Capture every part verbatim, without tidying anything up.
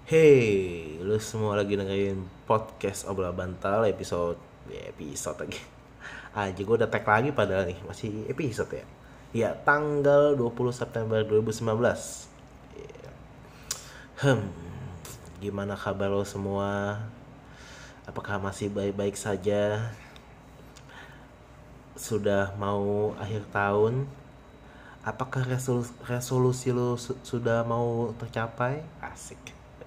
Hey, lu semua lagi dengerin podcast Obrolan Bantal episode ya, episode lagi. Aja gue udah tag lagi padahal nih, masih episode ya. Ya, tanggal dua puluh September dua ribu sembilan belas. Ya. Hmm, gimana kabar lo semua? Apakah masih baik-baik saja? Sudah mau akhir tahun? Apakah resolusi, resolusi lo su- sudah mau tercapai? Asik.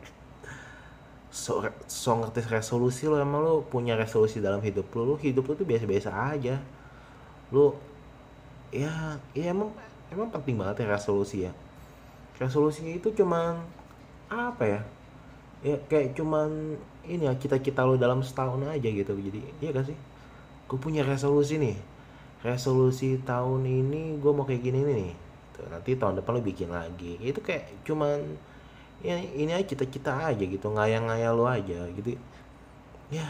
so, so ngerti resolusi lo, emang lo punya resolusi dalam hidup lo? Lo hidup lo tuh biasa-biasa aja. Lo ya ya emang emang penting banget ya resolusi ya. Resolusinya itu cuman apa ya, ya kayak cuman ini ya, cita-cita lo dalam setahun aja gitu. Jadi iya gak sih, gue punya resolusi nih, resolusi tahun ini gue mau kayak gini nih. Tuh, nanti tahun depan lo bikin lagi. Itu kayak cuman ya ini aja, cita-cita aja gitu, ngayang-ngayal lo aja gitu ya.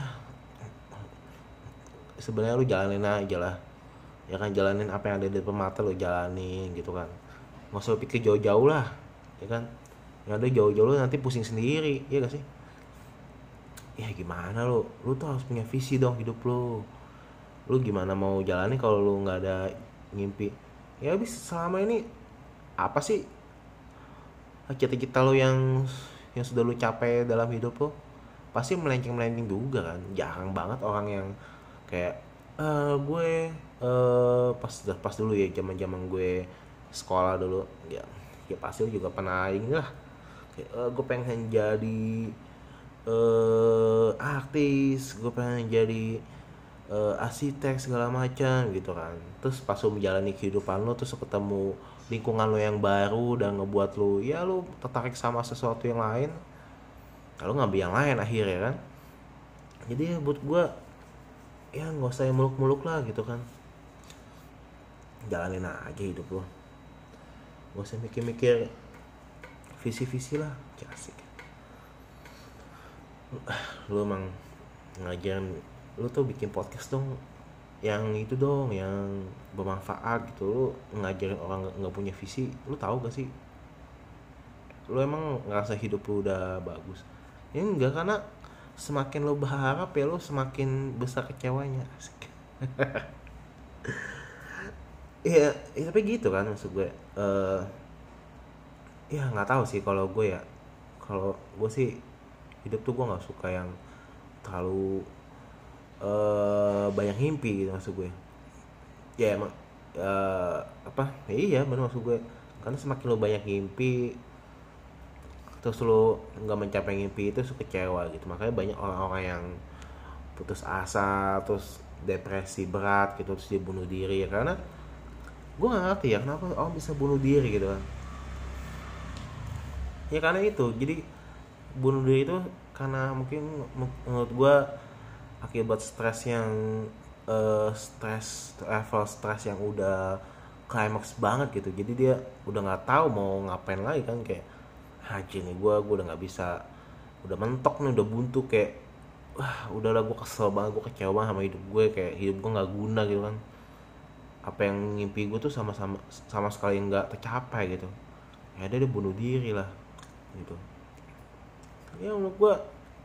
Sebenarnya lu jalanin aja lah, ya kan, jalanin apa yang ada di depan mata lu jalanin gitu kan. Nggak usah pikir jauh-jauh lah, ya kan. Yang ada jauh-jauh lu nanti pusing sendiri, ya gak sih? Ya gimana lu lu tuh harus punya visi dong hidup lu. Lu gimana mau jalani kalau lu nggak ada ngimpi? Ya habis selama ini apa sih cita-cita lu yang yang sudah lu capai dalam hidup lu? Pasti melenceng-melenceng juga kan. Jarang banget orang yang kayak eh gue eh pas pas dulu ya, zaman-zaman gue sekolah dulu ya. Ya pasti lu juga pernah ini lah, kayak, "Eh, gue pengen jadi eh artis, gue pengen jadi eh, arsitek segala macam gitu kan." Terus pas lu menjalani kehidupan lu, terus lu ketemu lingkungan lu yang baru dan ngebuat lu ya lu tertarik sama sesuatu yang lain, kalau ngambil yang lain akhirnya kan. Jadi ya buat gue ya nggak usah yang muluk-muluk lah gitu kan. Jalanin aja hidup lo, nggak usah mikir-mikir visi-visi lah. Asik. Lu emang ngajarin, lu tuh bikin podcast dong yang itu dong, yang bermanfaat gitu. Lu ngajarin orang nggak punya visi, lu tahu gak sih, lu emang ngerasa hidup lu udah bagus? Ya enggak, karena semakin lu berharap ya lu semakin besar kecewanya. Asik. Iya, ya, tapi gitu kan maksud gue. Eh ya nggak tahu sih kalau gue ya. Kalau gue sih hidup tuh gue nggak suka yang terlalu eh banyak mimpi gitu maksud gue. Ya emang eh apa? Ya, iya benar maksud gue. Karena semakin lo banyak mimpi, terus lo nggak mencapai mimpi itu suka kecewa gitu. Makanya banyak orang-orang yang putus asa, terus depresi berat gitu, terus dia bunuh diri ya. Karena gue nggak ngerti ya kenapa orang bisa bunuh diri gitu kan. Ya karena itu, jadi bunuh diri itu karena mungkin menurut gue akibat stres yang eh, stres level stres yang udah climax banget gitu. Jadi dia udah nggak tahu mau ngapain lagi kan, kayak haji nih gue gue udah nggak bisa, udah mentok nih, udah buntu, kayak wah udahlah, gue kesel banget, gue kecewa banget sama hidup gue, kayak hidup gue nggak guna gitu kan. Apa yang ngimpi gue tuh sama-sama sama sekali nggak tercapai gitu. Ya dia bunuh diri lah gitu. Ya menurut gue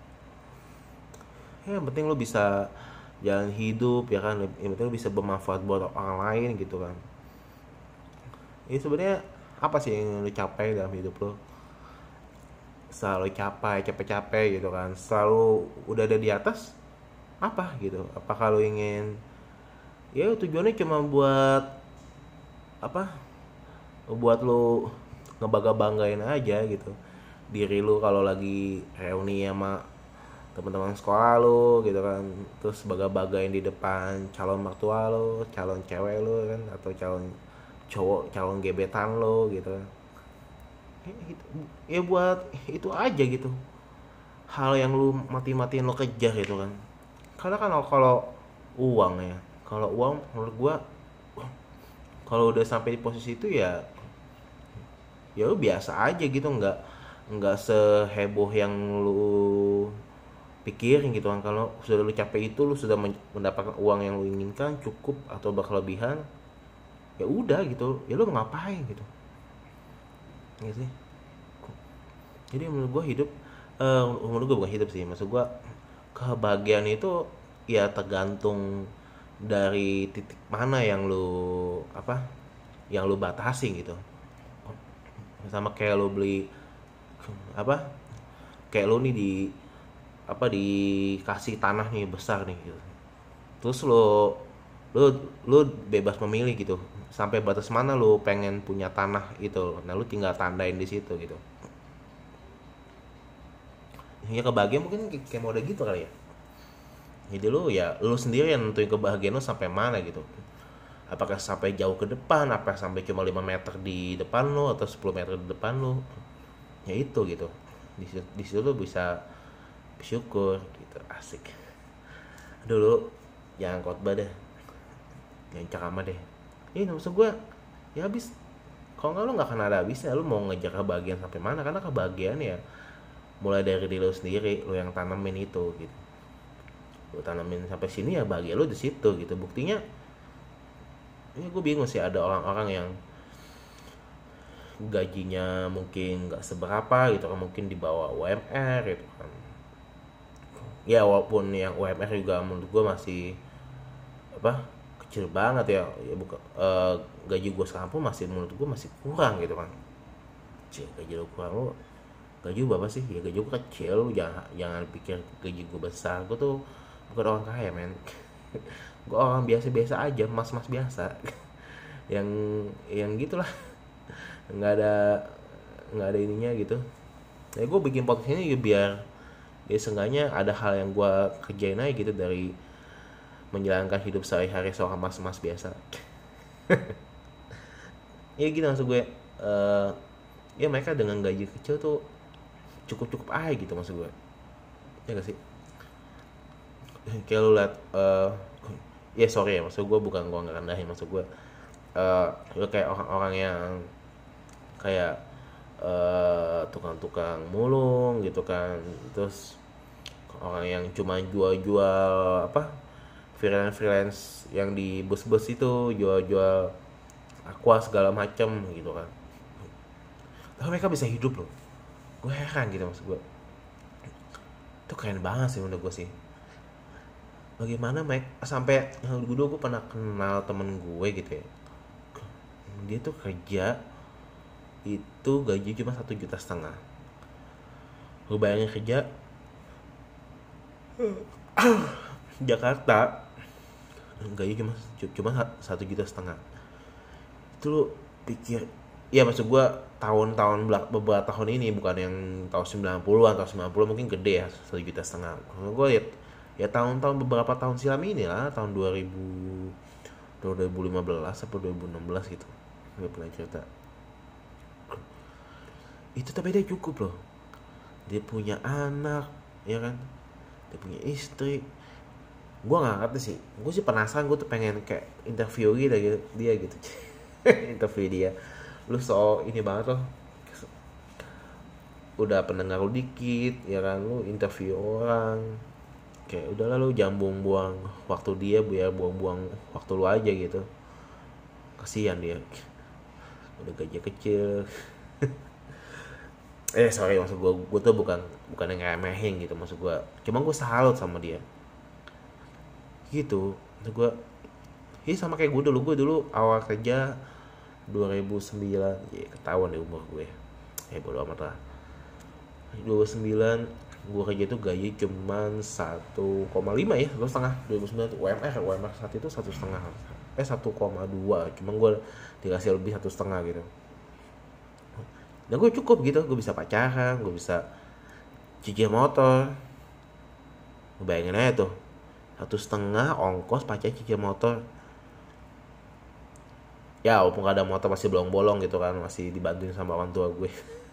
ya yang penting lo bisa jalan hidup ya kan, yang penting lo bisa bermanfaat buat orang lain gitu kan. Ini sebenarnya apa sih yang lo capai dalam hidup lo? Selalu capai capek-capek gitu kan, selalu udah ada di atas apa gitu? Apa kalau ingin ya tujuannya cuma buat apa, buat lo ngebangga-banggain aja gitu diri lo kalau lagi reuni sama teman-teman sekolah lo gitu kan, terus bangga-banggain di depan calon mertua lo, calon cewek lo kan, atau calon cowok, calon gebetan lo gitu kan. Ya, gitu. Ya buat itu aja gitu, hal yang lu mati-matiin lo kejar gitu kan. Karena kan kalau uang ya, kalau uang menurut gua kalau udah sampai di posisi itu ya ya lu biasa aja gitu, nggak nggak seheboh yang lu pikirin gitu kan. Kalau sudah lu capek itu, lu sudah mendapatkan uang yang lu inginkan cukup atau berkelebihan, ya udah gitu, ya lu mau ngapain gitu, ya sih. Jadi menurut gue hidup eh menurut gue bukan hidup sih, maksud gue kebahagiaan itu ya tergantung dari titik mana yang lu apa yang lu batasi gitu. Sama kayak lu beli apa, kayak lu nih di apa dikasih tanah nih besar nih gitu, terus lu lu lu bebas memilih gitu sampai batas mana lu pengen punya tanah itu, nah lu tinggal tandain di situ gitu. Ya kebahagiaan mungkin kayak mode gitu kali ya, jadi lu ya lu sendiri yang nentuin kebahagiaan lu sampai mana gitu, apakah sampai jauh ke depan, apa sampai cuma lima meter di depan lu atau sepuluh meter di depan lu, ya itu gitu. Di situ, di situ lu bisa bersyukur gitu, asik. Dulu jangan khotbah deh, jangan ceramah deh, ini maksud gue ya habis, kalau nggak lu nggak akan ada habisnya. Lu mau ngejar kebahagiaan sampai mana, karena kebahagiaan ya mulai dari diri lu sendiri, lu yang tanamin itu gitu. Lu tanamin sampai sini ya bahagia lu di situ gitu. Buktinya ini gue bingung sih, ada orang-orang yang gajinya mungkin nggak seberapa gitu kan, mungkin di bawah U M R gitu kan. Ya walaupun yang U M R juga menurut gue masih apa kecil banget ya, ya bukan uh, gaji gue sekarang pun masih menurut gue masih kurang gitu kan. Cih, gaji lu kurang, lu gaji gue berapa sih? Ya gaji gue kecil, lu jangan jangan pikir gaji gue besar. Gue tuh bukan orang kaya men. Gue orang biasa-biasa aja, mas-mas biasa. yang yang gitulah, nggak ada nggak ada ininya gitu. Ya gue bikin podcast ini ya biar ya seenggaknya ada hal yang gue kerjain aja gitu dari menjalankan hidup sehari-hari seorang mas-mas biasa. Ya gitu maksud gue, uh, ya mereka dengan gaji kecil tuh cukup-cukup aja gitu maksud gue, ya gak sih? Kayak lu liat, uh, ya sorry ya maksud gue bukan gue nggak rendahin, maksud gue uh, lu kayak orang-orang yang kayak uh, tukang-tukang mulung gitu kan, terus orang yang cuma jual-jual apa freelance-freelance yang di bus-bus itu, jual-jual aqua segala macam gitu kan, tapi mereka bisa hidup loh. Gue heran gitu maksud gue, itu keren banget sih menurut gue sih. Bagaimana Mike sampai dulu gue pernah kenal temen gue gitu ya, dia tuh kerja itu gaji cuma satu juta setengah. Gue bayangin kerja Jakarta gaji cuma cuma satu juta setengah. Itu lu pikir, ya maksud gue tahun-tahun beberapa tahun ini, bukan yang tahun sembilan puluhan atau sembilan puluh mungkin gede ya satu juta setengah. Kalau gue lihat ya tahun-tahun beberapa tahun silam ini lah, tahun dua ribu dua ribu lima belas atau dua ribu enam belas gitu, gue pernah cerita itu. Tapi dia cukup loh, dia punya anak ya kan, dia punya istri. Gue nggak ngerti sih, gue sih penasaran, gue tuh pengen kayak interview gitu dia gitu. Interview dia, lu so ini banget loh, udah pendengar lu dikit ya kan, lu interview orang kayak udahlah lu jangan buang-buang waktu dia, biar buang-buang waktu lu aja gitu. Kasihan dia udah gaji kecil. eh sorry maksud gue gue tuh bukan bukan yang ngeremehin gitu, maksud gue cuma gue salut sama dia gitu. Maksud gue ini sama kayak gue dulu, gue dulu awal kerja dua ribu sembilan, ya ketahuan deh umur gue, eh bodo amat lah. dua ribu sembilan gue kerja itu gaji cuman satu koma lima ya, satu setengah. Dua ribu sembilan U M R U M R saat itu satu setengah, eh satu koma dua, cuman gue dikasih lebih satu setengah gitu. Dan gue cukup gitu, gue bisa pacaran, gue bisa cicil motor. Bayangin aja tuh, satu setengah ongkos pacar cicil motor. Ya walaupun gak ada motor masih bolong-bolong gitu kan, masih dibantuin sama orang tua gue.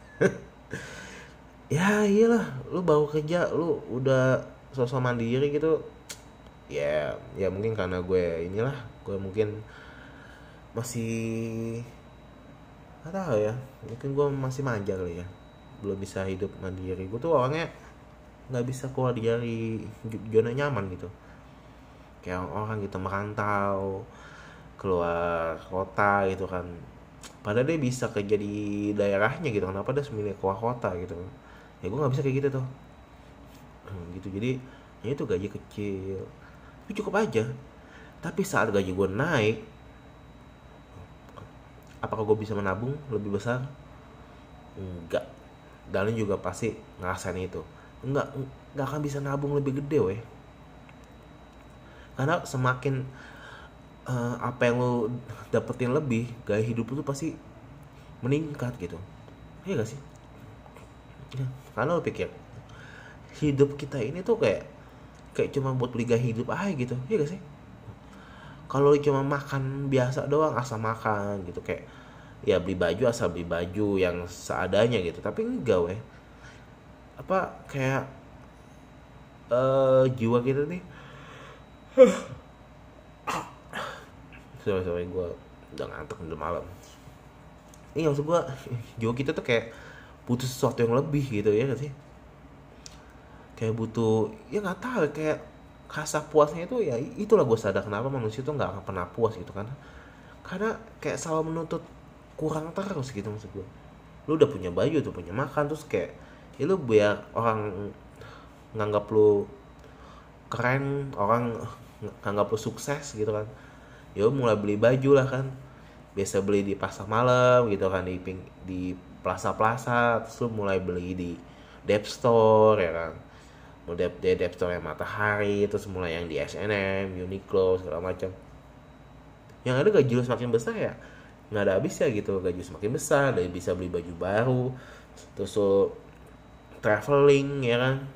Ya iyalah, lu baru kerja lu udah sosok mandiri gitu. Ya ya mungkin karena gue inilah, gue mungkin masih nggak tahu ya, mungkin gue masih manja kali ya, belum bisa hidup mandiri. Gue tuh orangnya nggak bisa keluar dari zona nyaman gitu, kayak orang gitu merantau keluar kota gitu kan. Padahal dia bisa kerja di daerahnya gitu, kenapa dia memilih keluar kota gitu. Ya gue nggak bisa kayak gitu tuh. Hmm, gitu. Jadi ya itu gaji kecil itu cukup aja. Tapi saat gaji gue naik, apakah gue bisa menabung lebih besar? Enggak. Dan lu juga pasti ngerasain itu. Enggak, enggak akan bisa nabung lebih gede weh. Karena semakin uh, apa yang lu dapetin lebih, gaya hidup lu tuh pasti meningkat gitu. Iya gak sih? Ya, karena lu pikir hidup kita ini tuh kayak kayak cuma buat beli gaya hidup aja gitu. Iya gak sih? Kalau cuma makan biasa doang, asal makan gitu, kayak ya beli baju asal beli baju yang seadanya gitu. Tapi enggak weh. Apa kayak uh, jiwa kita nih. Sorry, sorry gue udah ngantuk udah malam. Iya maksud gue jiwa kita tuh kayak butuh sesuatu yang lebih gitu ya gak sih? Kayak butuh ya nggak tahu kayak rasa puasnya itu ya itulah gue sadar kenapa manusia tuh nggak akan pernah puas gitu kan. Karena kayak selalu menuntut kurang terus gitu maksud gue. Lu udah punya baju tuh punya makan terus kayak ya lu biar orang nganggap lu keren, orang nganggap lu sukses gitu kan. Ya mulai beli baju lah kan. Biasa beli di pasar malam gitu kan di di plaza-plaza, terus lu mulai beli di Dep Store ya kan. Mulai di Dep Store yang Matahari, terus mulai yang di S and M, Uniqlo segala macam. Yang ada gaji lu semakin besar ya nggak ada habisnya gitu, gaji semakin besar, dan bisa beli baju baru, terus lu traveling ya kan.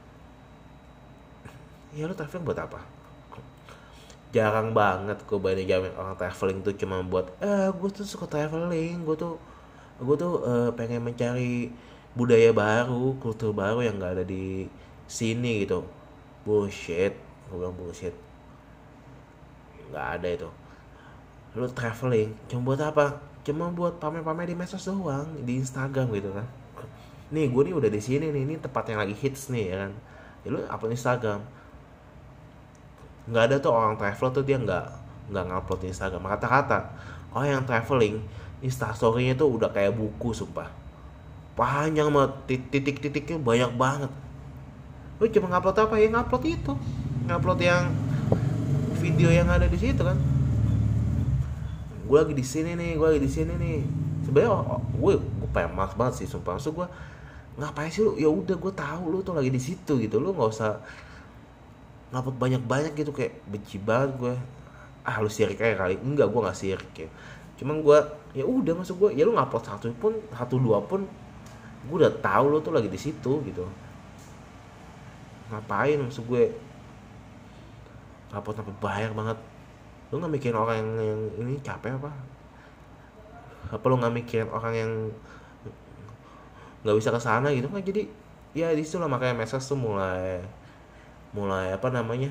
Ya lu traveling buat apa? Jarang banget gue banyak jamin orang traveling tuh cuma buat eh gue tuh suka traveling, gue tuh gue tuh uh, pengen mencari budaya baru, kultur baru yang nggak ada di sini gitu. Bullshit, gue bilang bullshit, nggak ada itu. Lu traveling cuma buat apa? Cuma buat pamer-pamer di medsos doang, di Instagram gitu kan. Nih gue nih udah di sini nih, ini tempat yang lagi hits nih ya kan. Ya lu upload Instagram. Nggak ada tuh orang travel tuh dia nggak nggak ngupload di Instagram. Kata-kata orang yang traveling Instastory-nya tuh udah kayak buku sumpah. Panjang banget, titik-titiknya banyak banget. Lu cuma ngupload apa ya? Ngupload itu. Ngupload yang video yang ada di situ kan. Gue lagi di sini nih, gue lagi di sini nih. Sebenarnya oh, gue gue pengen malas banget sih sumpah. Maksud gue ngapain sih lu? Ya udah gue tahu lu tuh lagi di situ gitu. Lu nggak usah ngupload banyak-banyak gitu, kayak benci banget gue. Ah lu sirik aja kali. Enggak, gue nggak sirik ya. Cuman gue ya udah maksud gue ya lu ngupload satu pun satu dua pun gue udah tahu lu tuh lagi di situ gitu. Ngapain maksud gue ngupload sampai bayar banget? Lu nggak mikirin orang yang, yang ini capek apa? Apa lu nggak mikirin orang yang nggak bisa kesana gitu kan? Jadi ya di situ lah makanya medsos tuh mulai mulai apa namanya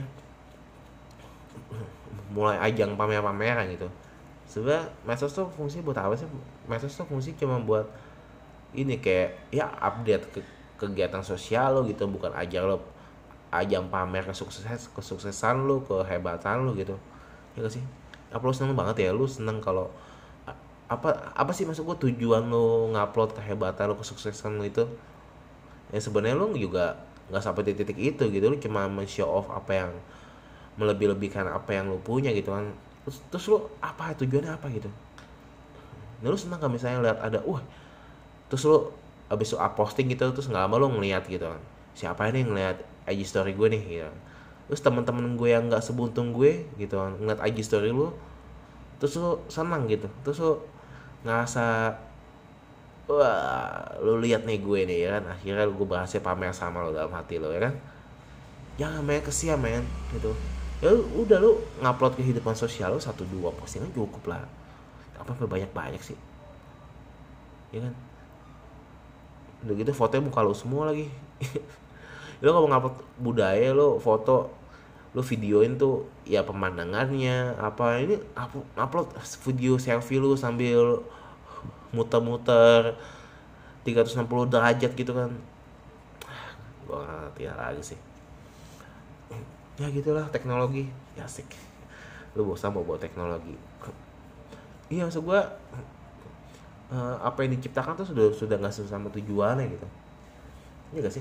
mulai ajang pamer-pameran gitu. Sebenarnya medsos tuh fungsi buat apa sih? Medsos tuh fungsi cuma buat ini kayak ya update ke kegiatan sosial lo gitu, bukan ajang lo ajang pamer kesukses kesuksesan lo, kehebatan lo gitu. Ya gak sih? Apa lu seneng banget ya? Lu seneng kalau apa apa sih maksud gue tujuan lu ngupload kehebatan lu, kesuksesan lu itu? Ya sebenarnya lu juga nggak sampai di titik itu gitu, lu cuma men-show off apa yang melebih-lebihkan apa yang lu punya gitu kan. Terus, terus lu apa tujuannya apa gitu? Nah lu senang gak misalnya lihat ada, wah, terus lu abis lu up posting gitu, terus nggak lama lu ngeliat gitu kan, siapa ini ngeliat I G story gue nih gitu. Terus teman-teman gue yang nggak sebuntung gue gitu kan ngeliat I G story lu, terus lu senang gitu, terus lu ngerasa wah lu lihat nih gue nih ya kan, akhirnya gue berhasil pamer sama lo dalam hati lo ya kan. Jangan main kesian men gitu. Ya udah lu ngupload kehidupan sosial lu satu dua postingan cukup lah, apa banyak banyak sih ya kan. Udah gitu fotonya muka lu semua lagi. Lu kalau ngupload budaya lu foto, lu videoin tuh ya pemandangannya apa, ini upload video selfie lu sambil muter-muter tiga ratus enam puluh derajat gitu kan. Gua gak ngerti lagi sih. Ya gitulah teknologi, ya asik. Lu bosan mau bawa teknologi. Iya maksud gua uh, apa yang diciptakan tuh sudah sudah nggak sesuai sama tujuannya gitu. Iya gak sih?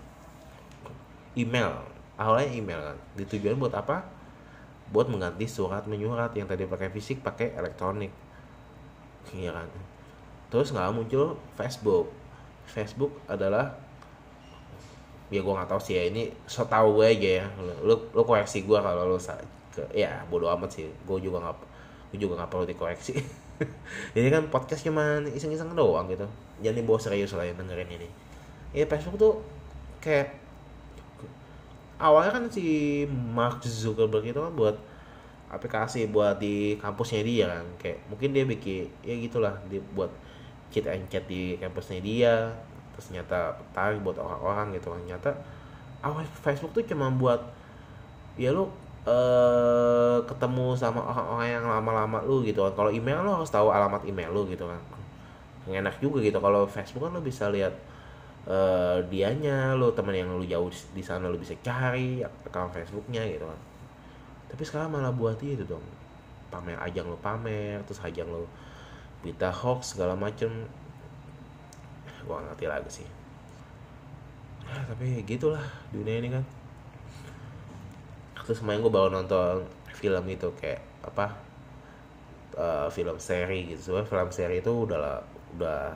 Email, awalnya email kan, ditujuan buat apa? Buat mengganti surat menyurat yang tadi pakai fisik pakai elektronik, iya kan. Terus nggak muncul Facebook. Facebook adalah, ya gue nggak tahu sih ya, ini so tau gue aja ya, lu lu koreksi gue kalau lu sa- ke, ya bodo amat sih, gue juga nggak gue juga nggak perlu dikoreksi. Ini kan podcast cuman iseng-iseng doang gitu, jangan dibawa serius lah yang dengerin ini. Ya Facebook tuh kayak awalnya kan si Mark Zuckerberg itu kan buat aplikasi buat di kampusnya dia kan, kayak mungkin dia bikin ya gitulah, dia buat chat and chat di kampusnya dia, terus ternyata tarik buat orang-orang gitu kan. Ternyata awal Facebook tuh cuma buat ya lu eh ketemu sama orang-orang yang lama-lama lu gitu kan. Kalau email lu harus tahu alamat email lu gitu kan, yang enak juga gitu. Kalau Facebook kan lu bisa lihat eh dianya, lu teman yang lu jauh di sana lu bisa cari account Facebooknya gitu kan. Tapi sekarang malah buat itu dong, pamer, ajang lu pamer, terus ajang lu berita hoax segala macem. Gua gak ngerti lagi sih. Nah, tapi gitulah dunia ini kan. Terus kemarin gue baru nonton film itu kayak apa, eh, film seri gitu. Sebenarnya film seri itu udah lah- udah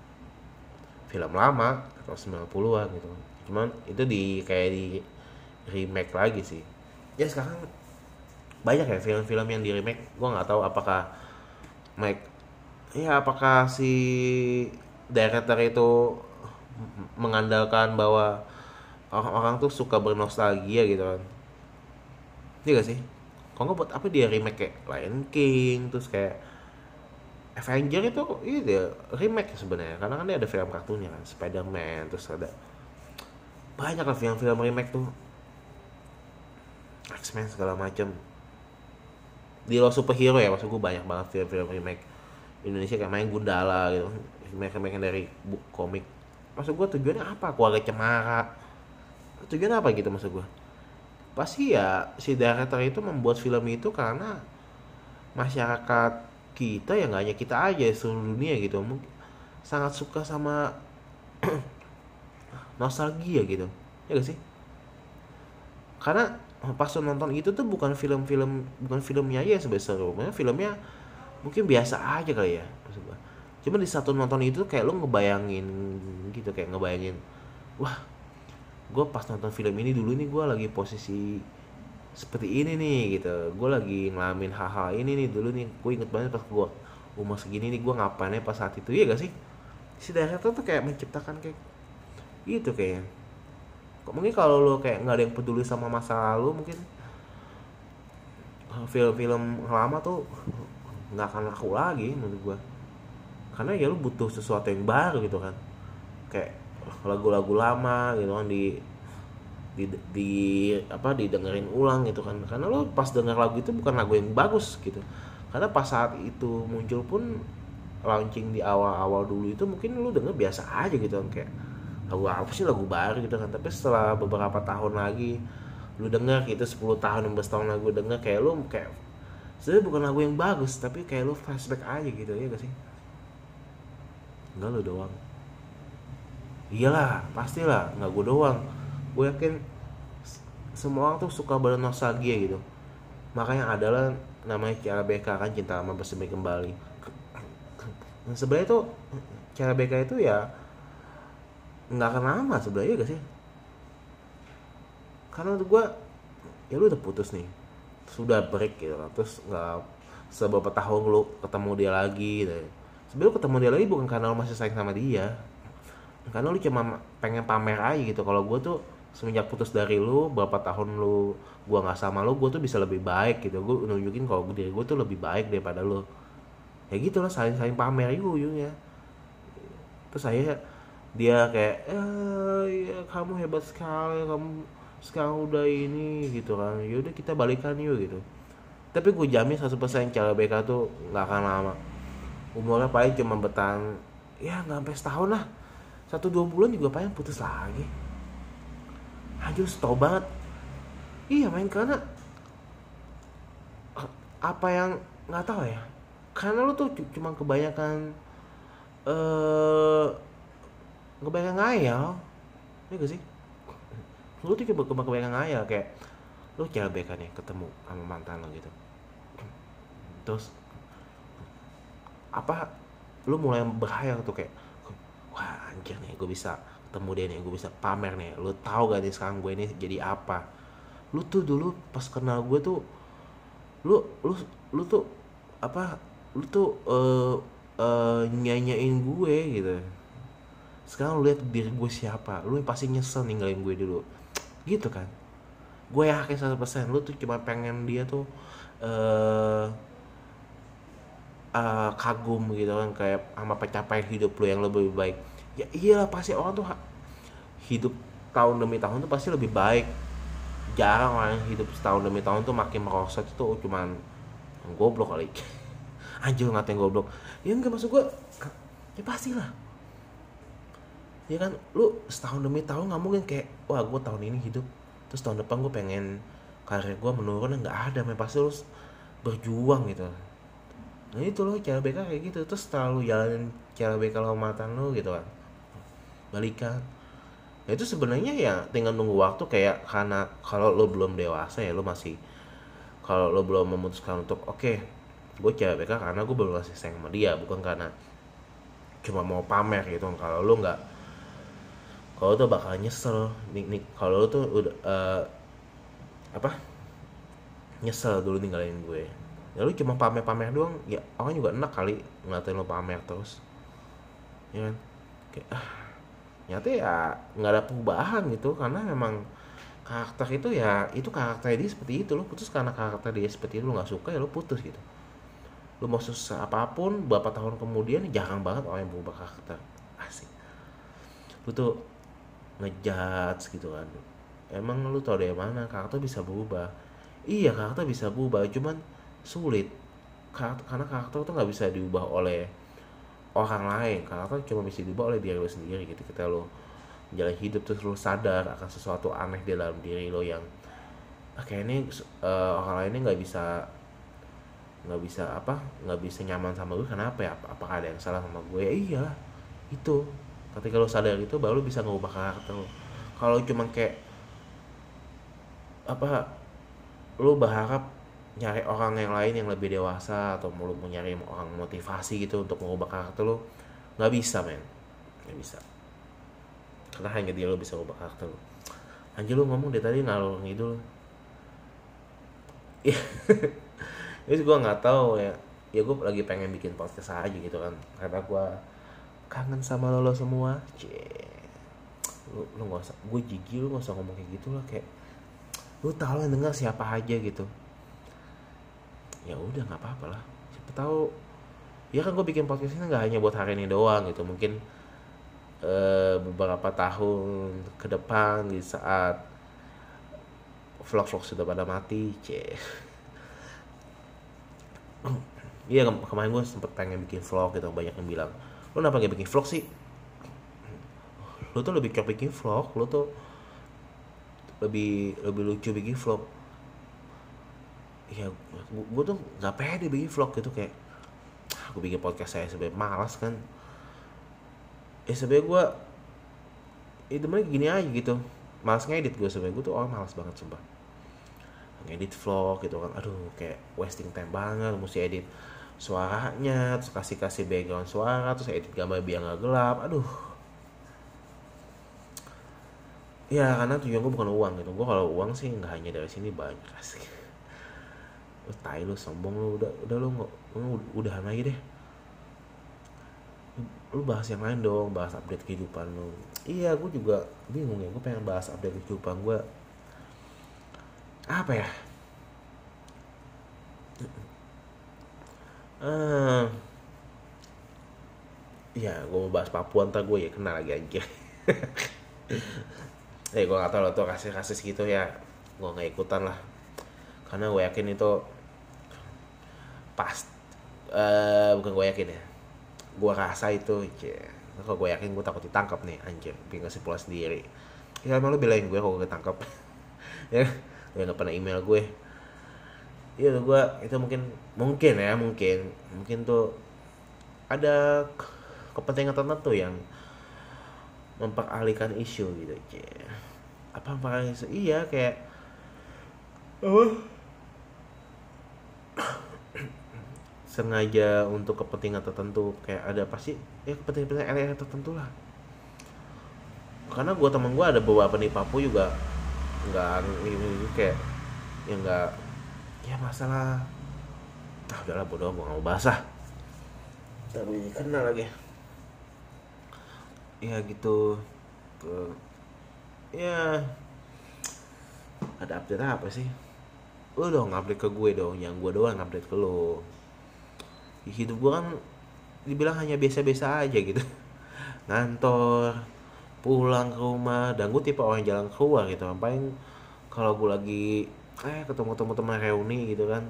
film lama tahun sembilan puluhan gitu. Cuman itu di kayak di remake lagi sih. Ya sekarang banyak ya film-film yang di remake. Gue nggak tahu apakah Mike, ya apakah si director itu mengandalkan bahwa orang-orang tuh suka bernostalgia gitu kan. Iya gak sih? Kalau nggak buat apa dia remake kayak Lion King, terus kayak Avenger itu iya dia remake sebenarnya, karena kan dia ada film kartunnya kan, Spider-Man, terus ada banyak lah film-film remake tuh, X-Men segala macam. Di lo superhero ya, maksud gue banyak banget film-film remake Indonesia kayak main Gundala gitu, remake-remake dari buku komik. Maksud gue tujuannya apa? Keluarga Cemara. Tujuannya apa gitu maksud gue? Pasti ya si director itu membuat film itu karena masyarakat kita, ya nggak hanya kita aja, seluruh dunia gitu, mungkin sangat suka sama nostalgia gitu, ya gak sih? Karena pas lo nonton itu tuh bukan film-film, bukan filmnya aja yang sebesar rumahnya, filmnya mungkin biasa aja kali ya maksud gua. Cuma di satu nonton itu kayak lo ngebayangin gitu, kayak ngebayangin, wah gue pas nonton film ini dulu nih gue lagi posisi seperti ini nih gitu, gue lagi ngalamin hal-hal ini nih dulu nih, gue inget banget pas gue umur segini nih gue ngapainnya pas saat itu, ya gak sih? Si director tuh kayak menciptakan kayak gitu kayaknya. Kok mungkin kalau lo kayak nggak ada yang peduli sama masa lalu, mungkin film-film lama tuh nggak akan laku lagi menurut gue. Karena ya lo butuh sesuatu yang baru gitu kan, kayak lagu-lagu lama gitu kan di di, di apa didengerin ulang gitu kan. Karena lo pas denger lagu itu bukan lagu yang bagus gitu, karena pas saat itu muncul pun launching di awal-awal dulu itu mungkin lo denger biasa aja gitu kan, kayak lagu apa sih, lagu baru gitu kan. Tapi setelah beberapa tahun lagi lu denger gitu, sepuluh tahun enam belas tahun lagu denger, kayak lu kayak sebenarnya bukan lagu yang bagus, tapi kayak lu flashback aja gitu, ya gak sih? Enggak lu doang, iyalah pastilah, nggak gue doang, gue yakin semua orang tuh suka bernostalgia gitu. Makanya adalah namanya C L B K kan, cinta lama bersemi kembali. Nah, sebenarnya tuh C L B K itu ya nggak akan lama sebenarnya, gak sih? Karena untuk gue ya lu udah putus nih, sudah break gitu kan, terus nggak seberapa tahun lu ketemu dia lagi gitu. Sebenarnya lu ketemu dia lagi bukan karena lu masih sayang sama dia, karena lu cuma pengen pamer aja gitu. Kalau gue tuh semenjak putus dari lu berapa tahun lu gue nggak sama lu, gue tuh bisa lebih baik gitu, gue nunjukin kalau diri gue tuh lebih baik daripada lu, ya gitu lah, saling saling pamer itu ujungnya. Terus saya dia kayak eh ya, kamu hebat sekali, kamu sekarang udah ini gitu kan, yaudah kita balikan yuk gitu. Tapi gue jamin seratus persen C L B K tuh nggak akan lama, umurnya paling cuma bertahan ya nggak sampai setahun lah, satu dua bulan juga paling putus lagi. Anjir stop banget. Iya main, karena apa yang nggak tahu ya, karena lu tuh cuma kebanyakan eh kebanyakan ngayal. ya gak sih? Lu tuh coba kebayang aja kayak lu C L B K nih ketemu sama mantan lo gitu, terus apa lu mulai berhayal tuh kayak wah anjir nih gue bisa ketemu dia nih, gue bisa pamer nih. Lu tahu gak nih sekarang gue ini jadi apa? Lu tuh dulu pas kenal gue tuh lu lu lu tuh apa lu tuh uh, uh, nyanyain gue gitu. Sekarang lu lihat diri gue siapa, lu pasti nyesel ninggalin gue dulu gitu kan. Gue yakin seratus persen lu tuh cuma pengen dia tuh uh, uh, kagum gitu kan kayak sama pencapaian hidup lu yang lebih baik. Ya iyalah pasti orang tuh hidup tahun demi tahun tuh pasti lebih baik. Jarang orang yang hidup setahun demi tahun tuh makin merosot itu cuman goblok kali. Anjir ngatain goblok. Ya enggak, maksud gue ya pastilah. Ya kan lu setahun demi tahun nggak mungkin kayak wah gue tahun ini hidup terus tahun depan gue pengen karir gue menurun, nggak ada. Men pasti lu berjuang gitu. Nah itu loh C L B K kayak gitu. Terus terlalu jalanin C L B K sama mantan lu gitu kan, balikan. Ya itu sebenarnya ya tinggal nunggu waktu, kayak karena kalau lo belum dewasa ya lo masih, kalau lo belum memutuskan untuk oke okay, gue C L B K karena gue belum masih sayang sama dia, bukan karena cuma mau pamer gitu. Kalau lo nggak, kalau tuh bakal nyesel nih, nih kalau lo tuh udah uh, apa nyesel dulu ninggalin gue. Ya lo cuma pamer-pamer doang, ya orang juga enak kali ngeliatin lo pamer terus, ya kan? Kayak ah nyata ya nggak ada perubahan gitu, karena memang karakter itu ya itu karakter dia seperti itu. Lo putus karena karakter dia seperti itu, lo nggak suka ya lo putus gitu. Lo mau susah apapun beberapa tahun kemudian jarang banget orang yang berubah karakter, asik. Lo tuh ngejudge gitu kan, emang lo tau dari mana karakter bisa berubah? Iya karakter bisa berubah, cuman sulit karakter, karena karakter tuh nggak bisa diubah oleh orang lain. Karakter cuma bisa diubah oleh diri lo sendiri gitu. Kita lo jalan hidup terus lo sadar akan sesuatu aneh di dalam diri lo yang ah, kayak ini uh, orang lainnya nggak bisa nggak bisa apa nggak bisa nyaman sama gue, kenapa ya? Apakah ada yang salah sama gue? Ya iya itu, ketika lo sadar itu baru lo bisa ngubah karakter lo. Kalau cuma kayak apa lo berharap nyari orang yang lain yang lebih dewasa atau mau mau nyari orang motivasi gitu untuk mengubah karakter lo, nggak bisa men, nggak bisa. Karena hanya dia lo bisa ubah karakter lo. Anjir lo ngomong dari tadi ngalor ngidul. Ya, jadi gue nggak tahu ya. Ya gue lagi pengen bikin podcast aja gitu kan, karena gue kangen sama lo, lo semua. Cie, lo lo nggak usah, gue jijik lo nggak usah ngomong kayak gitu lah. Kayak lo tau lah denger siapa aja gitu. Ya udah nggak apa-apa lah. Siapa tahu ya kan gue bikin podcast ini nggak hanya buat hari ini doang gitu. Mungkin uh, beberapa tahun ke depan di saat vlog-vlog sudah pada mati, ceh. Iya ke- kemarin gue sempet pengen bikin vlog gitu, banyak yang bilang lo kenapa gak bikin vlog sih? Lo tuh lebih cocok bikin vlog, lo tuh lebih lebih lucu bikin vlog. Ya gue tuh nggak pede bikin vlog gitu, kayak aku bikin podcast saya sebenarnya malas kan. Ya sebenarnya gue itu mah gini aja gitu, malas ngedit. Gue sebenarnya gue tuh orang malas banget sumpah ngedit vlog gitu kan. Aduh kayak wasting time banget, mesti edit suaranya, terus kasih kasih background suara, terus edit gambar biar nggak gelap. Aduh ya karena tujuan gue bukan uang gitu. Gue kalau uang sih nggak hanya dari sini banyak asik. Lu tai lu sombong lu, udah udah lu nggak udahan aja deh. Lu bahas yang lain dong, bahas update kehidupan lu. Iya gue juga bingung ya, gue pengen bahas update kehidupan gue apa ya. Ah, ya gue mau bahas Papua ntar gue ya kena lagi aja. Eh gue gak tau lah tuh kasus-kasus gitu ya, gue gak ikutan lah. Karena gue yakin itu pas uh, bukan gue yakin ya, gue rasa itu yeah. Kalau gue yakin gue takut ditangkap nih anjir, bikin kesimpulan sendiri. Ya emang lu belain gue kalau gue ketangkap. Ya gue gak pernah email gue. Iya gue itu mungkin mungkin ya mungkin mungkin tuh ada kepentingan tertentu yang memperalihkan isu gitu. Cie. Apa memperalihkan isu? Iya kayak apa? Sengaja untuk kepentingan tertentu, kayak ada pasti ya kepentingan elit tertentu lah. Karena gua temen gua ada beberapa di Papua juga nggak ini kayak ya nggak ya masalah ah udahlah bodoh gua nggak mau bahas ah tapi kena lagi ya gitu tuh ya ada update apa sih lu dong update ke gue dong yang gue doang update ke lu hidup gue kan dibilang hanya biasa-biasa aja gitu ngantor pulang ke rumah dan gue tipe orang jalan keluar gitu paling kalau gue lagi eh ketemu teman-teman reuni gitu kan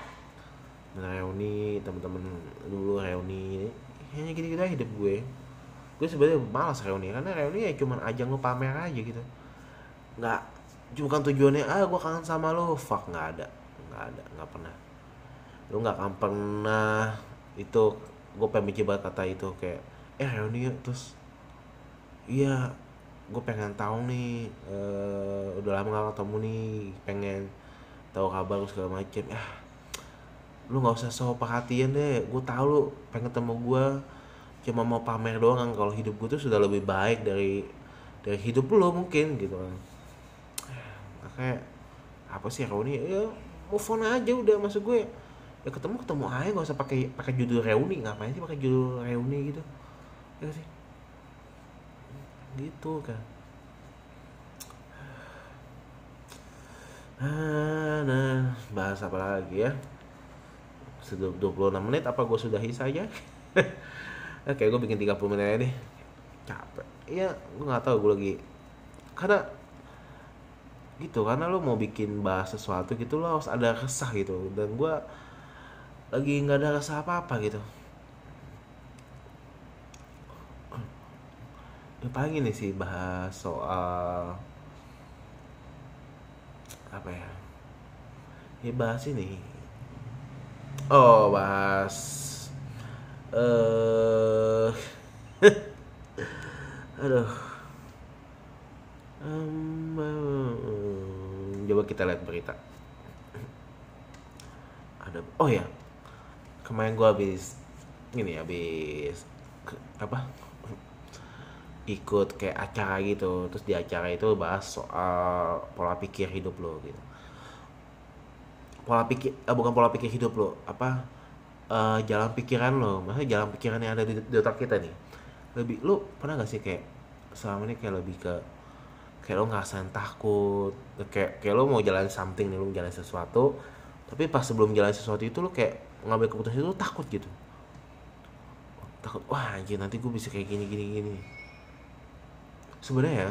reuni teman-teman dulu reuni hanya gitu-gitu aja hidup gue gue sebenarnya malas reuni karena reuni ya cuman ajang lu pamer aja gitu nggak bukan tujuannya ah gue kangen sama lo fuck nggak ada nggak ada nggak pernah lu nggak akan pernah itu gue pengen benci banget kata itu kayak eh reuni yuk terus iya gue pengen tahu nih uh, udah lama gak ketemu nih pengen tahu kabar segala macem ah lu nggak usah sok perhatian deh gue tahu lu pengen ketemu gue cuma mau pamer doang kan kalau hidup gue tuh sudah lebih baik dari dari hidup lu mungkin gitu kan kayak apa sih reuni ya move on aja udah maksud gue ya ketemu ketemu aja nggak usah pakai pakai judul reuni ngapain sih pakai judul reuni gitu ya sih gitu kan ah, nah bahas apa lagi ya sudah dua puluh enam menit apa gue sudahi saja oke gue bikin tiga puluh menit aja deh capek iya gue nggak tahu gue lagi karena gitu karena lo mau bikin bahas sesuatu gitu lo harus ada resah gitu dan gue lagi nggak ada resah apa apa gitu ya paling ini sih bahas soal apa ya ya bahas ini oh bahas eh uh, aduh um, um, coba kita lihat berita ada oh ya kemarin gue habis ini habis apa ikut kayak acara gitu terus di acara itu bahas soal pola pikir hidup lo gitu pola pikir eh, bukan pola pikir hidup lo apa uh, jalan pikiran lo maksudnya jalan pikiran yang ada di, di otak kita nih lebih lo pernah gak sih kayak selama ini kayak lebih ke kayak lo ngerasain takut kayak kayak lo mau jalan something nih lo jalan sesuatu tapi pas sebelum jalan sesuatu itu lo kayak ngambil keputusan itu lo takut gitu takut wah anjir nanti gue bisa kayak gini gini gini sebenarnya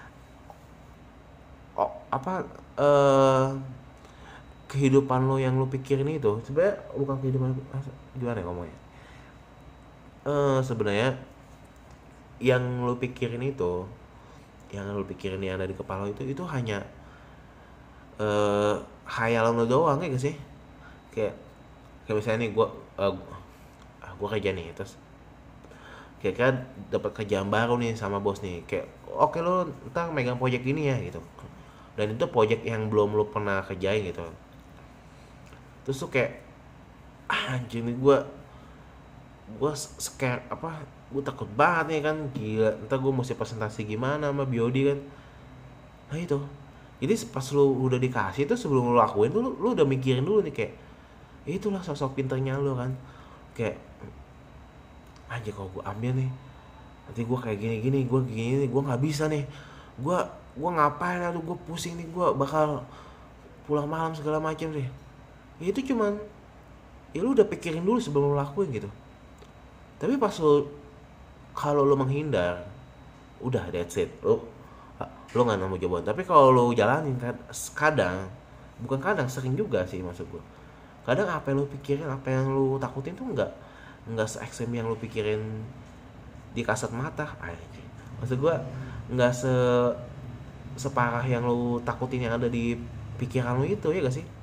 oh, apa uh, kehidupan lo yang lo pikirin itu sebenarnya bukan kehidupan gimana ya ngomongnya uh, sebenarnya yang lo pikirin itu yang lo pikirin yang ada di kepala itu itu hanya uh, khayalan lo doang ya gak sih kayak kayak misalnya nih gue uh, gue kerja nih terus kayak kan dapat kerjaan baru nih sama bos nih kayak oke okay, lo ntar megang project ini ya gitu dan itu project yang belum lo pernah kerjain gitu terus tuh kayak ah, anjir nih gue gue scare apa gue takut banget nih kan gila ntar gue mesti presentasi gimana sama biodi kan nah itu jadi pas lo udah dikasih tuh sebelum lo lakuin tuh lo, lo udah mikirin dulu nih kayak itulah sosok pinternya lo kan kayak aja kalau gue ambil nih nanti gue kayak gini-gini gue gini gue nggak bisa nih gue gue ngapain aduh gue pusing nih gue bakal pulang malam segala macam deh ya itu cuman ya lu udah pikirin dulu sebelum lu lakuin gitu tapi pas lu kalau lu menghindar udah that's it lu lu nggak nemu jawaban tapi kalau lu jalanin kadang bukan kadang sering juga sih maksud gue kadang apa yang lu pikirin apa yang lu takutin tuh nggak nggak se-ekstrem yang lu pikirin di kasat mata aja maksud gue nggak se separah yang lu takutin yang ada di pikiran lu itu ya gak sih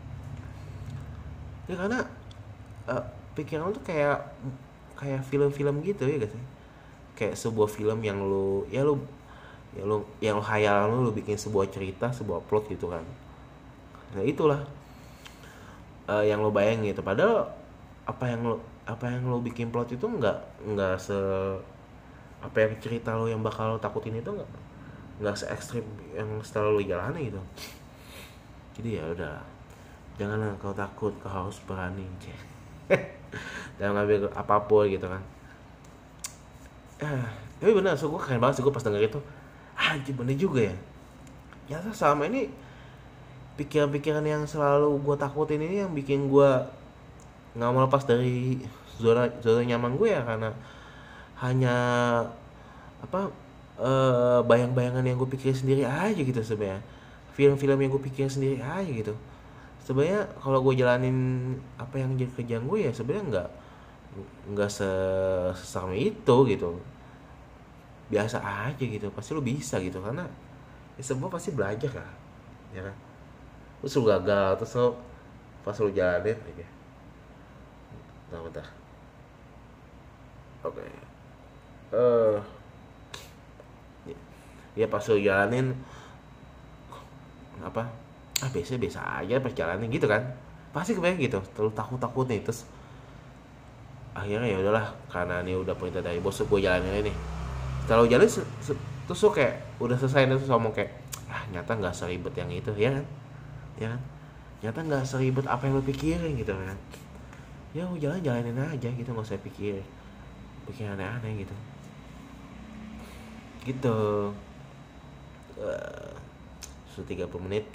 ya karena uh, pikiran lu tuh kayak kayak film-film gitu ya gak sih kayak sebuah film yang lu ya lu ya lu yang lu hayalan lu, lu bikin sebuah cerita, sebuah plot gitu kan. Nah itulah uh, yang lo bayangin gitu. Padahal apa yang lo apa yang lo bikin plot itu nggak nggak se apa yang cerita lo yang bakal lo takutin itu nggak nggak se ekstrim yang setelah lo jalani gitu. Jadi ya udah, janganlah kau takut, kau harus berani. Jangan ngambil apapun gitu kan. Ah, tapi bener, so gue keren banget sih gue pas denger itu. Ah, bener juga ya. Nyata selama ini pikiran-pikiran yang selalu gue takutin ini yang bikin gue nggak mau lepas dari zona zona nyaman gue ya, karena hanya apa uh, bayang-bayangan yang gue pikirin sendiri aja gitu sebenarnya, film-film yang gue pikirin sendiri aja gitu. Sebenarnya kalau gue jalanin apa yang jadi kerjaan gue ya sebenarnya nggak nggak sesama itu gitu, biasa aja gitu. Pasti lo bisa gitu, karena ya semua pasti belajar lah ya kan. Terus lo gagal, terus lo pas lo jalanin aja. Bentar, bentar. Oke. Okay. Eh uh, ya pas lo jalanin apa ah biasa biasa aja pas jalanin gitu kan, pasti kebayang gitu, terlalu takut takut nih. Terus akhirnya ya udahlah, karena ini udah perintah dari bos, gue jalanin ini. Kalau jalan se- se- terus lo kayak udah selesai, terus ngomong kayak ah nyata nggak seribet yang itu ya kan, ya kan, nyata nggak seribet apa yang lo pikirin gitu kan. Ya gue jalan jalanin aja gitu, nggak usah pikir pikir aneh-aneh gitu gitu. uh, Sudah tiga puluh menit.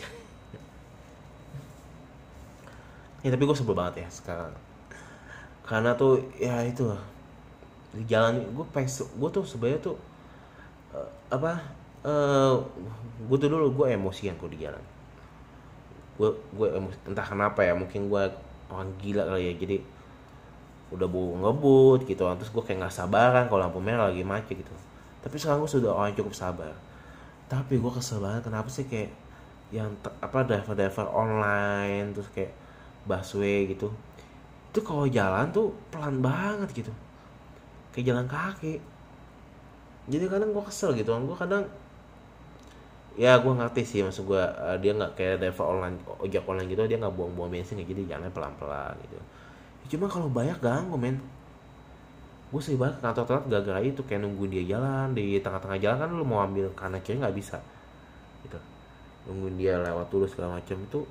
Ya tapi gue sebel banget ya sekarang, karena tuh ya itu di jalan gue pengen, gue tuh sebenarnya tuh uh, apa uh, gue tuh dulu gue emosian kok di jalan. Gue gue emosi, entah kenapa ya, mungkin gue orang gila kali ya, jadi udah bu ngebut gitu, terus gue kayak nggak sabaran kalau lampu merah lagi macet gitu. Tapi sekarang gue sudah orang cukup sabar. Tapi gue kesel banget kenapa sih kayak yang te- apa driver-driver online, terus kayak busway gitu, itu kalau jalan tuh pelan banget gitu, kayak jalan kaki. Jadi kadang gue kesel gitu kan, gue kadang ya gue ngerti sih, maksud gue uh, dia nggak kayak driver online ojek online gitu, dia nggak buang-buang bensin ya, jadi jalannya pelan-pelan gitu. Ya, cuma kalau banyak ganggu men, gue sering banget ke kantor telat gara-gara itu, kayak nungguin dia jalan di tengah-tengah jalan kan, lu mau ambil kanan kiri nggak bisa gitu, nungguin dia lewat dulu segala macam itu.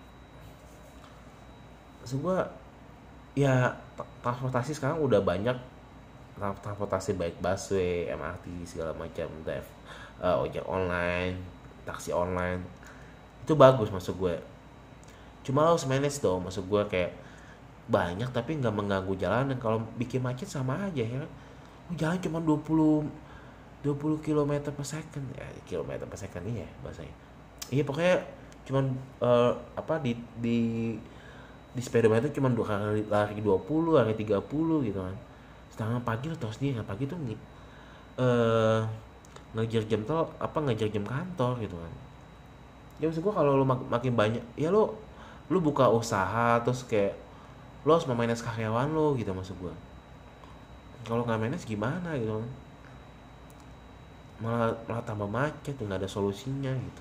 Maksud gue ya transportasi sekarang udah banyak, transportasi baik busway, M R T segala macam, drive uh, ojek online, taksi online, itu bagus maksud gue. Cuma lo harus manage dong, maksud gue kayak banyak tapi nggak mengganggu jalan. Dan kalau bikin macet sama aja ya, lo jalan cuma dua puluh kilometer per second ya, kilometer per second iya bahasanya. Iya pokoknya cuman uh, apa di di di speedometer cuma dua kali lari dua puluh, lari tiga puluh gitu kan. Sedangkan pagi lo tau sendiri kan, pagi tuh uh, ngejar jam tol apa ngejar jam kantor gitu kan. Ya maksud gue kalau lo mak- makin banyak ya lo lo buka usaha, terus kayak lo harus memanage karyawan lo gitu maksud gue. Kalau nggak manage gimana gitu kan, malah malah tambah macet, nggak ada solusinya gitu.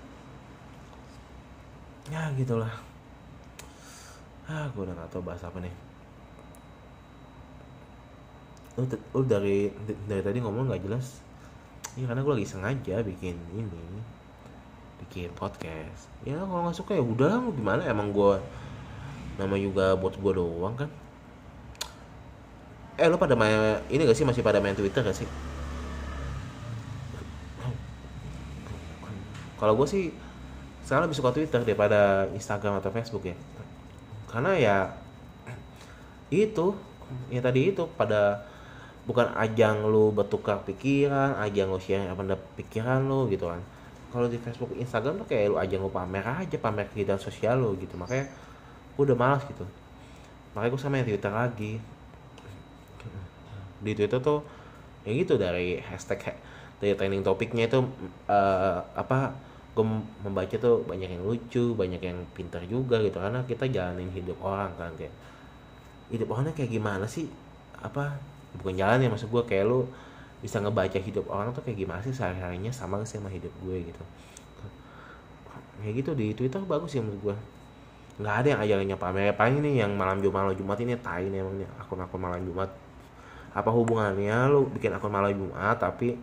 Ya gitulah. Ah gue udah nggak tahu bahas apa nih. Lu, lu dari dari tadi ngomong nggak jelas. Ya karena gue lagi sengaja bikin ini, bikin podcast. Ya kalau nggak suka ya udah, mau gimana, emang gue nama juga buat gue doang kan. Eh lu pada main ini gak sih, masih pada main Twitter gak sih? Kalau gue sih sekarang lebih suka Twitter daripada Instagram atau Facebook ya, karena ya itu ya tadi itu pada bukan ajang lu bertukar pikiran, ajang lu share apa pikiran lu gitu kan. Kalau di Facebook Instagram tuh kayak lu ajang lu pamer aja, pamer kegiatan sosial lu gitu. Makanya gue udah malas gitu, makanya gue sama yang Twitter lagi. Di Twitter tuh ya gitu, dari hashtag dari trending topiknya itu uh, apa gue membaca tuh banyak yang lucu, banyak yang pintar juga gitu, karena kita jalanin hidup orang kan, kayak hidup orangnya kayak gimana sih, apa bukan jalan ya, maksud gue kayak lu bisa ngebaca hidup orang tuh kayak gimana sih sehari-harinya, sama sih sama hidup gue gitu. Kayak gitu di Twitter bagus sih menurut gue. Nggak ada yang ajarannya pamer. Paling ini yang malam Jumat malam Jumat ini tai nih emang nih akun-akun malam Jumat. Apa hubungannya lu bikin akun malam Jumat tapi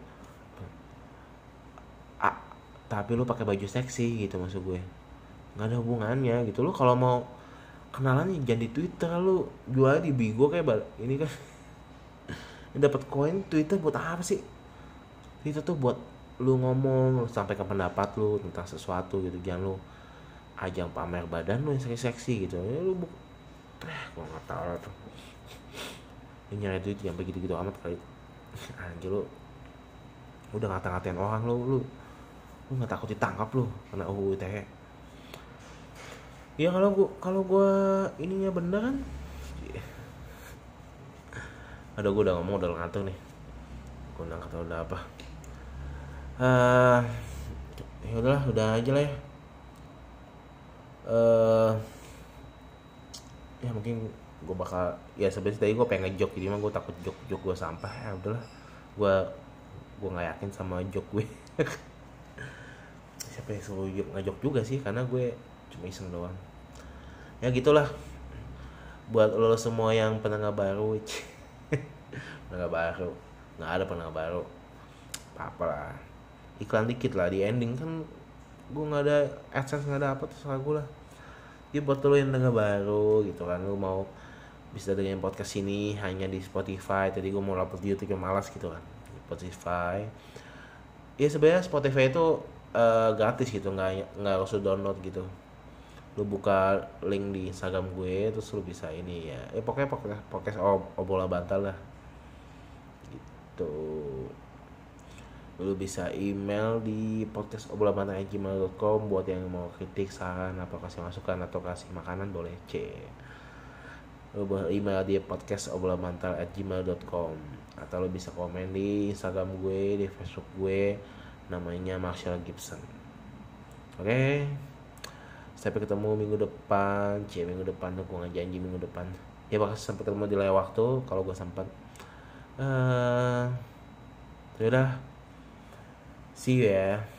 ah, tapi lu pakai baju seksi gitu maksud gue. Nggak ada hubungannya gitu. Lu kalau mau kenalan jangan di Twitter, lu jual di Bigo kayak bal- ini kan. Dapat koin Twitter buat apa sih? Twitter tuh buat lu ngomong, lu sampaikan pendapat lu tentang sesuatu gitu. Jangan lu ajang pamer badan lu yang seksi-seksi gitu. Ya lu bu- eh gua nggak tahu lah tuh. Ini nyari duit yang begitu-gitu amat kali. Anjir lu udah ngata-ngatain orang lu, lu lu nggak takut ditangkap lu karena U U I T E. Ya kalau gua kalau gua ininya bener kan. Ada gua udah ngomong udah ngantuk nih. Gua udah nggak tahu udah apa. Ah, ya udahlah, udah aja lah ya. Eh ya mungkin gue bakal ya sebenarnya tadi gue pengen ngejok jadi mah gue takut jok jok gue sampah ya udahlah gue gue nggak yakin sama jok gue. Siapa yang suruh jok ngejok juga sih karena gue cuma iseng doang ya gitulah. Buat lo semua yang pendengar baru pendengar baru nggak ada pendengar baru apa lah iklan dikit lah di ending kan gue nggak ada adsense nggak ada apa terserah gue lah. Jadi buat lo yang denger baru gitu kan, lo mau bisa dengerin podcast ini hanya di Spotify. Tadi gue mau upload di YouTube yang malas gitu kan. Di Spotify. Ya sebenarnya Spotify itu uh, gratis gitu, nggak nggak harus download gitu. Lo buka link di Instagram gue terus lo bisa ini ya. Ya pokoknya podcast podcast obrolan bantal lah. Gitu. Lu bisa email di podcast obrolan bantal at gmail dot com buat yang mau kritik, saran, apa kasih masukan atau kasih makanan boleh c. Lu boleh email di podcast obrolan bantal at gmail dot com atau lu bisa komen di Instagram gue, di Facebook gue namanya Marshall Gibson. Oke. Okay? Sampai ketemu minggu depan. C minggu depan tuh gue nggak janji minggu depan. Ya bakal sampai ketemu di lain waktu kalau gue sempat. Eh, uh, udah. See you ya.